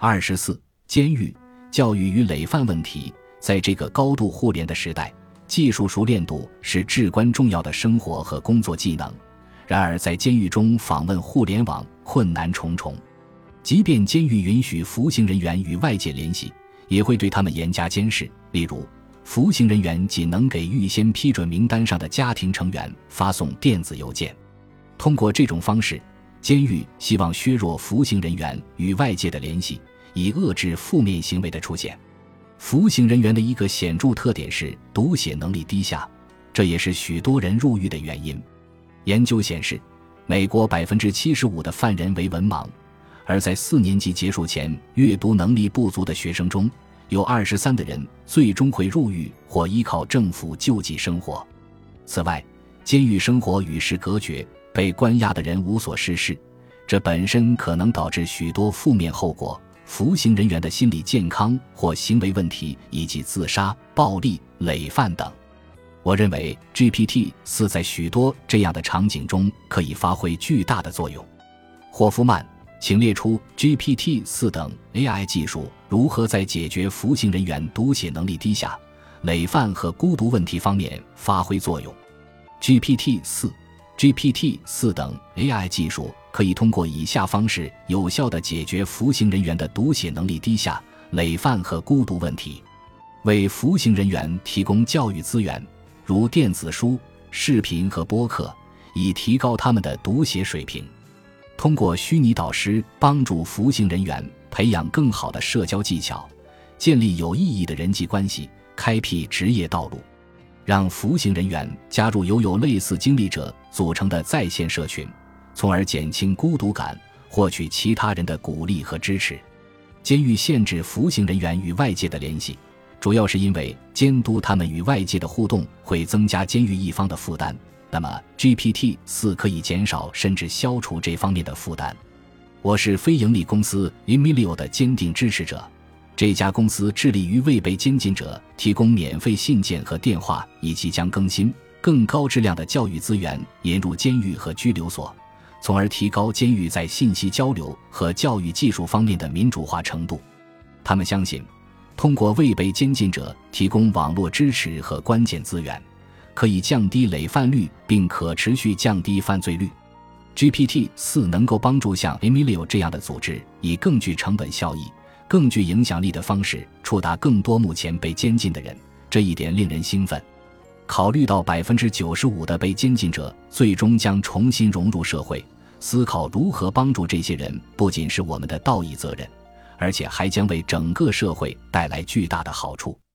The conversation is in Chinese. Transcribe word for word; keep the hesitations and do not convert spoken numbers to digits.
二十四、监狱、教育与累犯问题。在这个高度互联的时代，技术熟练度是至关重要的生活和工作技能。然而在监狱中访问互联网困难重重，即便监狱允许服刑人员与外界联系，也会对他们严加监视。例如，服刑人员仅能给预先批准名单上的家庭成员发送电子邮件。通过这种方式，监狱希望削弱服刑人员与外界的联系，以遏制负面行为的出现。服刑人员的一个显著特点是读写能力低下，这也是许多人入狱的原因。研究显示，美国 百分之七十五 的犯人为文盲，而在四年级结束前阅读能力不足的学生中，有二十三的人最终会入狱或依靠政府救济生活。此外，监狱生活与世隔绝，被关押的人无所事事，这本身可能导致许多负面后果，服刑人员的心理健康或行为问题，以及自杀、暴力、累犯等。我认为 G P T 四 在许多这样的场景中可以发挥巨大的作用。霍夫曼，请列出 G P T 四 等 A I 技术如何在解决服刑人员读写能力低下、累犯和孤独问题方面发挥作用。G P T 四、G P T 四 等 A I 技术可以通过以下方式有效地解决服刑人员的读写能力低下、累犯和孤独问题。为服刑人员提供教育资源，如电子书、视频和播客，以提高他们的读写水平。通过虚拟导师帮助服刑人员培养更好的社交技巧，建立有意义的人际关系，开辟职业道路。让服刑人员加入由有类似经历者组成的在线社群，从而减轻孤独感，获取其他人的鼓励和支持。监狱限制服刑人员与外界的联系，主要是因为监督他们与外界的互动会增加监狱一方的负担，那么 G P T 四 可以减少甚至消除这方面的负担。我是非营利公司 Emilio 的坚定支持者，这家公司致力于为被监禁者提供免费信件和电话，以及将更新、更高质量的教育资源引入监狱和拘留所，从而提高监狱在信息交流和教育技术方面的民主化程度。他们相信，通过为被监禁者提供网络支持和关键资源，可以降低累犯率并可持续降低犯罪率。G P T 四 能够帮助像 Emilio 这样的组织以更具成本效益、更具影响力的方式触达更多目前被监禁的人，这一点令人兴奋。考虑到 百分之九十五 的被监禁者最终将重新融入社会，思考如何帮助这些人不仅是我们的道义责任，而且还将为整个社会带来巨大的好处。